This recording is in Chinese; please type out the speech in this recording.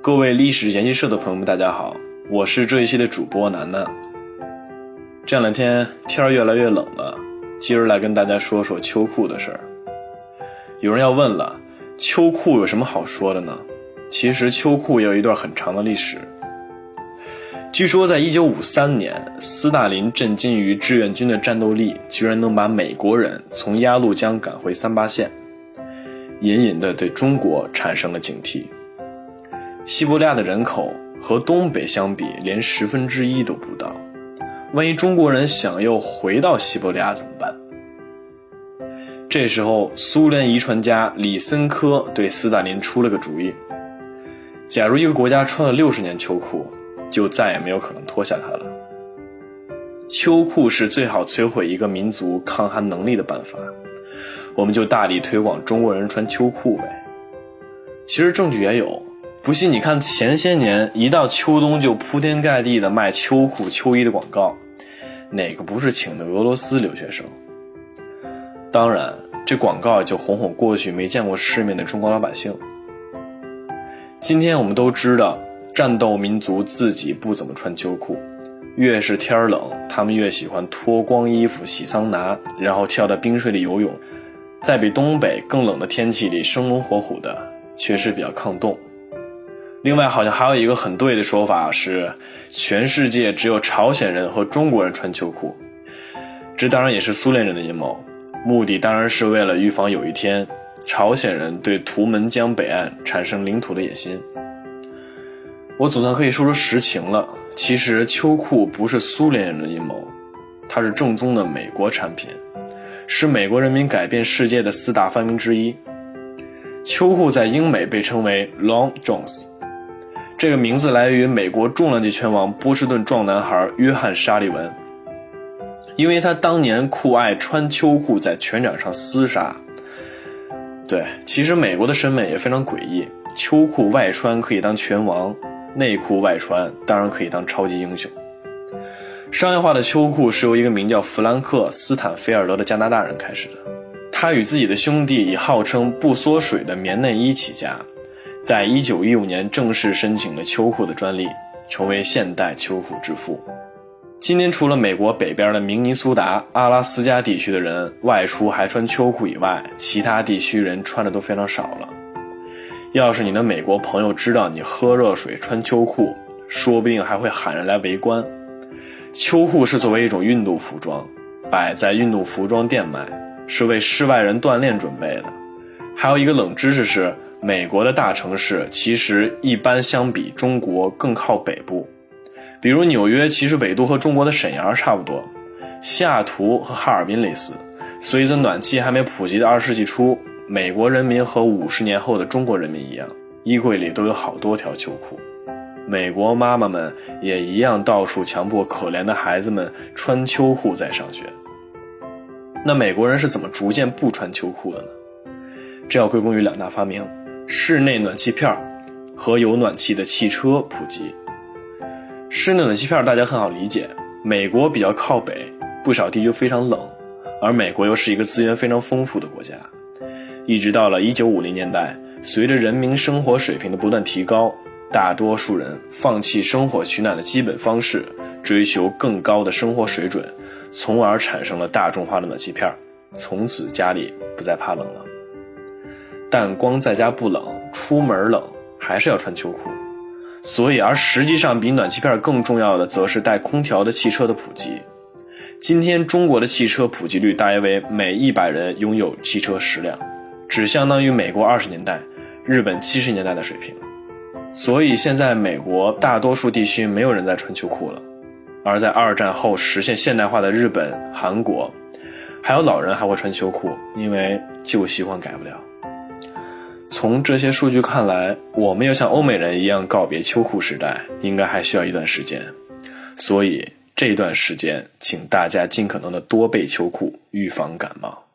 各位历史研习社的朋友们大家好，我是这一期的主播楠楠。这两天天儿越来越冷了，今儿来跟大家说说秋裤的事儿。有人要问了，秋裤有什么好说的呢？其实秋裤也有一段很长的历史。据说在1953年，斯大林震惊于志愿军的战斗力居然能把美国人从鸭绿江赶回三八线，隐隐地对中国产生了警惕。西伯利亚的人口和东北相比连1/10都不到，万一中国人想又回到西伯利亚怎么办？这时候苏联遗传家李森科对斯大林出了个主意，假如一个国家穿了60年秋裤，就再也没有可能脱下它了。秋裤是最好摧毁一个民族抗寒能力的办法，我们就大力推广中国人穿秋裤呗。其实证据也有，不信你看前些年一到秋冬就铺天盖地的卖秋裤秋衣的广告，哪个不是请的俄罗斯留学生？当然这广告就哄哄过去没见过世面的中国老百姓。今天我们都知道战斗民族自己不怎么穿秋裤，越是天冷他们越喜欢脱光衣服洗桑拿，然后跳到冰水里游泳，在比东北更冷的天气里生龙活虎的，确实比较抗冻。另外好像还有一个很对的说法是，全世界只有朝鲜人和中国人穿秋裤，这当然也是苏联人的阴谋，目的当然是为了预防有一天朝鲜人对图们江北岸产生领土的野心。我总算可以说出实情了，其实秋裤不是苏联人的阴谋，它是正宗的美国产品，是美国人民改变世界的4大发明之一。秋裤在英美被称为 Long Johns， 这个名字来源于美国重量级拳王波士顿壮男孩约翰·沙利文，因为他当年酷爱穿秋裤在拳场上厮杀。对，其实美国的审美也非常诡异，秋裤外穿可以当拳王，内裤外穿当然可以当超级英雄。商业化的秋裤是由一个名叫弗兰克·斯坦菲尔德的加拿大人开始的，他与自己的兄弟以号称不缩水的棉内衣起家，在1915年正式申请了秋裤的专利，成为现代秋裤之父。今天除了美国北边的明尼苏达、阿拉斯加地区的人外出还穿秋裤以外，其他地区人穿的都非常少了。要是你的美国朋友知道你喝热水穿秋裤，说不定还会喊人来围观。秋裤是作为一种运动服装，摆在运动服装店卖，是为室外人锻炼准备的。还有一个冷知识是，美国的大城市其实一般相比中国更靠北部，比如纽约其实纬度和中国的沈阳差不多，西雅图和哈尔滨类似，所以在暖气还没普及的20世纪初，美国人民和50年后的中国人民一样，衣柜里都有好多条秋裤。美国妈妈们也一样到处强迫可怜的孩子们穿秋裤在上学。那美国人是怎么逐渐不穿秋裤的呢？这要归功于2大发明：室内暖气片和有暖气的汽车普及。室内暖气片大家很好理解，美国比较靠北，不少地区非常冷，而美国又是一个资源非常丰富的国家。一直到了1950年代，随着人民生活水平的不断提高，大多数人放弃生火取暖的基本方式，追求更高的生活水准，从而产生了大众化的暖气片，从此家里不再怕冷了。但光在家不冷，出门冷，还是要穿秋裤。而实际上比暖气片更重要的则是带空调的汽车的普及。今天中国的汽车普及率大约为每100人拥有汽车10辆，只相当于美国20年代、日本70年代的水平。所以现在美国大多数地区没有人在穿秋裤了，而在2战后实现现代化的日本、韩国，还有老人还会穿秋裤，因为旧习惯改不了。从这些数据看来，我们要像欧美人一样告别秋裤时代，应该还需要一段时间。所以这段时间，请大家尽可能的多备秋裤，预防感冒。